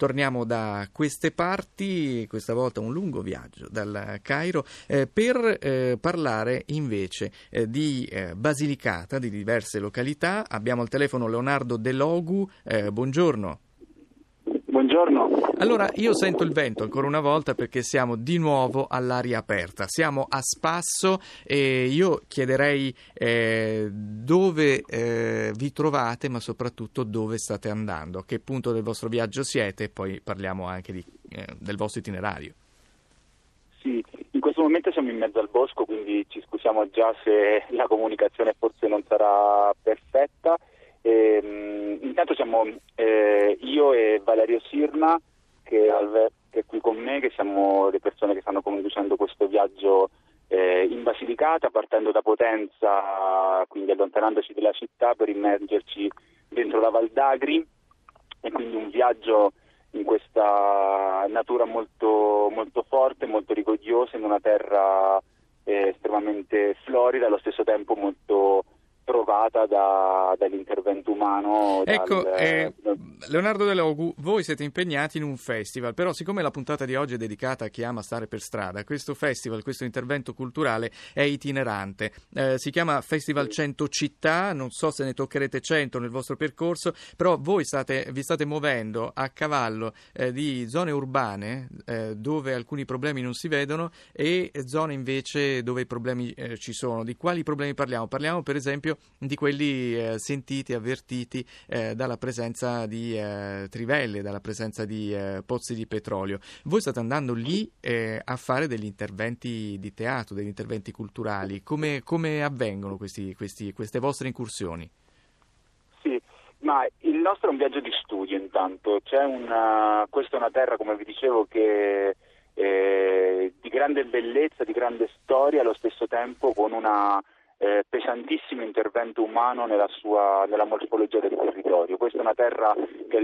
torniamo da queste parti, questa volta un lungo viaggio dal Cairo, per parlare invece di Basilicata, di diverse località. Abbiamo al telefono Leonardo Delogu, buongiorno. Buongiorno. Allora, io sento il vento ancora una volta perché siamo di nuovo all'aria aperta, siamo a spasso e io chiederei dove vi trovate, ma soprattutto dove state andando, a che punto del vostro viaggio siete, e poi parliamo anche del vostro itinerario. Sì, in questo momento siamo in mezzo al bosco, quindi ci scusiamo già se la comunicazione forse non sarà perfetta. Intanto siamo io e Valerio Sirna che è qui con me, che siamo le persone che stanno conducendo questo viaggio in Basilicata, partendo da Potenza, quindi allontanandoci dalla città per immergerci dentro la Val d'Agri, e quindi un viaggio in questa natura molto, molto forte, molto rigogliosa, in una terra estremamente florida, allo stesso tempo molto provata dall'intervento umano. Ecco, Leonardo Delogu, voi siete impegnati in un festival, però siccome la puntata di oggi è dedicata a chi ama stare per strada, questo festival, questo intervento culturale è itinerante, si chiama Festival 100 Città, non so se ne toccherete 100 nel vostro percorso, però voi vi state muovendo a cavallo di zone urbane dove alcuni problemi non si vedono e zone invece dove i problemi ci sono. Di quali problemi parliamo? Parliamo per esempio di quelli sentiti, avvertiti dalla presenza di trivelle, dalla presenza di pozzi di petrolio. Voi state andando lì a fare degli interventi di teatro, degli interventi culturali. Come avvengono queste vostre incursioni? Sì, ma il nostro è un viaggio di studio intanto. Questa è una terra, come vi dicevo, che di grande bellezza, di grande storia, allo stesso tempo con una pesantissimo intervento umano nella morfologia del territorio. Questa è una terra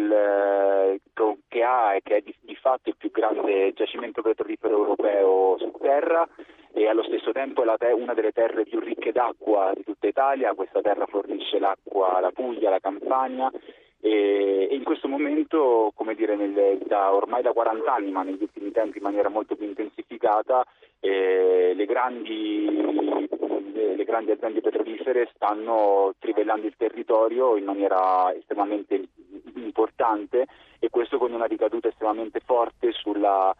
che ha e che è di fatto il più grande giacimento petrolifero europeo su terra, e allo stesso tempo è una delle terre più ricche d'acqua di tutta Italia. Questa terra fornisce l'acqua alla Puglia, alla Campania, e in questo momento, come dire, ormai da 40 anni, ma negli ultimi tempi in maniera molto più intensificata, le grandi aziende petrolifere stanno trivellando il territorio in maniera estremamente importante, e questo con una ricaduta estremamente forte sulla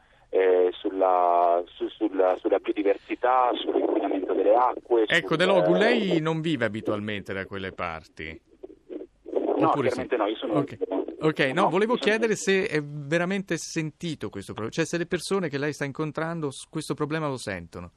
biodiversità, sull'inquinamento delle acque. Ecco, Delogu, lei non vive abitualmente da quelle parti? No, oppure chiaramente sì? no, io sono... Ok, no, volevo chiedere se è veramente sentito questo problema, cioè se le persone che lei sta incontrando questo problema lo sentono.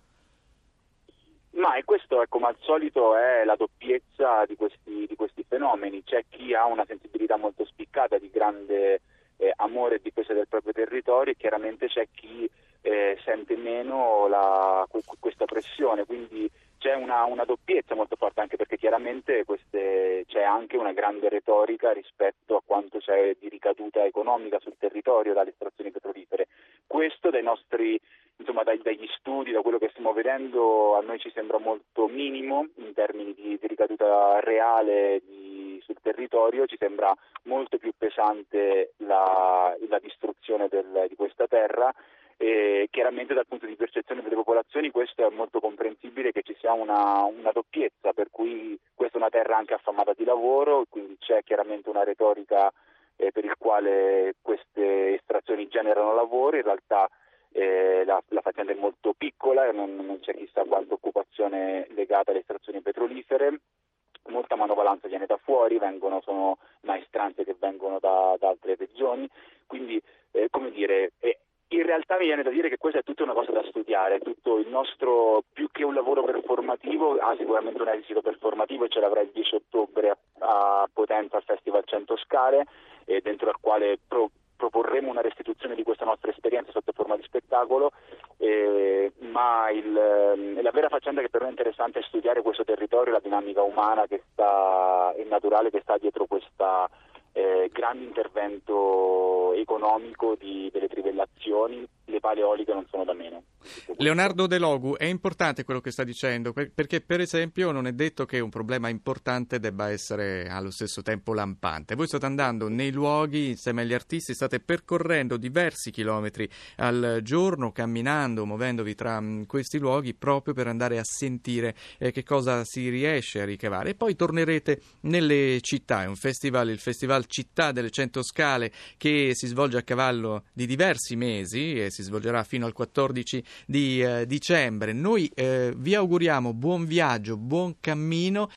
Ma e questo, come al solito, è la doppiezza di questi fenomeni. C'è chi ha una sensibilità molto spiccata, di grande amore e difesa del proprio territorio, e chiaramente c'è chi sente meno questa pressione, quindi c'è una doppiezza molto forte, anche perché chiaramente c'è anche una grande retorica rispetto a quanto c'è di ricaduta economica sul territorio dalle estrazioni petrolifere. Questo dagli studi, da quello che stiamo vedendo, a noi ci sembra molto minimo in termini di ricaduta reale sul territorio. Ci sembra molto più pesante la distruzione di questa terra, e chiaramente dal punto di percezione delle popolazioni questo è molto comprensibile, che ci sia una doppiezza, per cui questa è una terra anche affamata di lavoro, quindi c'è chiaramente una retorica per il quale queste estrazioni generano lavoro. In realtà la faccenda è molto piccola e non c'è chissà quanta occupazione legata alle estrazioni petrolifere. Molta manovalanza viene da fuori, sono maestranze che vengono da altre regioni, quindi in realtà mi viene da dire che questa è tutta una cosa da studiare. Tutto il nostro, più che un lavoro performativo, ha sicuramente un esito performativo, e ce l'avrà il 10 ottobre a Potenza al Festival 100 Scale, dentro al quale proporremo una restituzione di questa nostra esperienza sotto forma di spettacolo, ma la vera faccenda che per me è interessante è studiare questo territorio, la dinamica umana e naturale che sta dietro questa grande intervento economico delle trivellazioni, le pale eoliche non sono da meno. Leonardo Delogu, è importante quello che sta dicendo, perché per esempio non è detto che un problema importante debba essere allo stesso tempo lampante. Voi state andando nei luoghi insieme agli artisti, state percorrendo diversi chilometri al giorno, camminando, muovendovi tra questi luoghi proprio per andare a sentire che cosa si riesce a ricavare. E poi tornerete nelle città, è un festival, il Festival Città delle 100 Scale, che si svolge a cavallo di diversi mesi e si svolgerà fino al 14 di dicembre. Noi vi auguriamo buon viaggio, buon cammino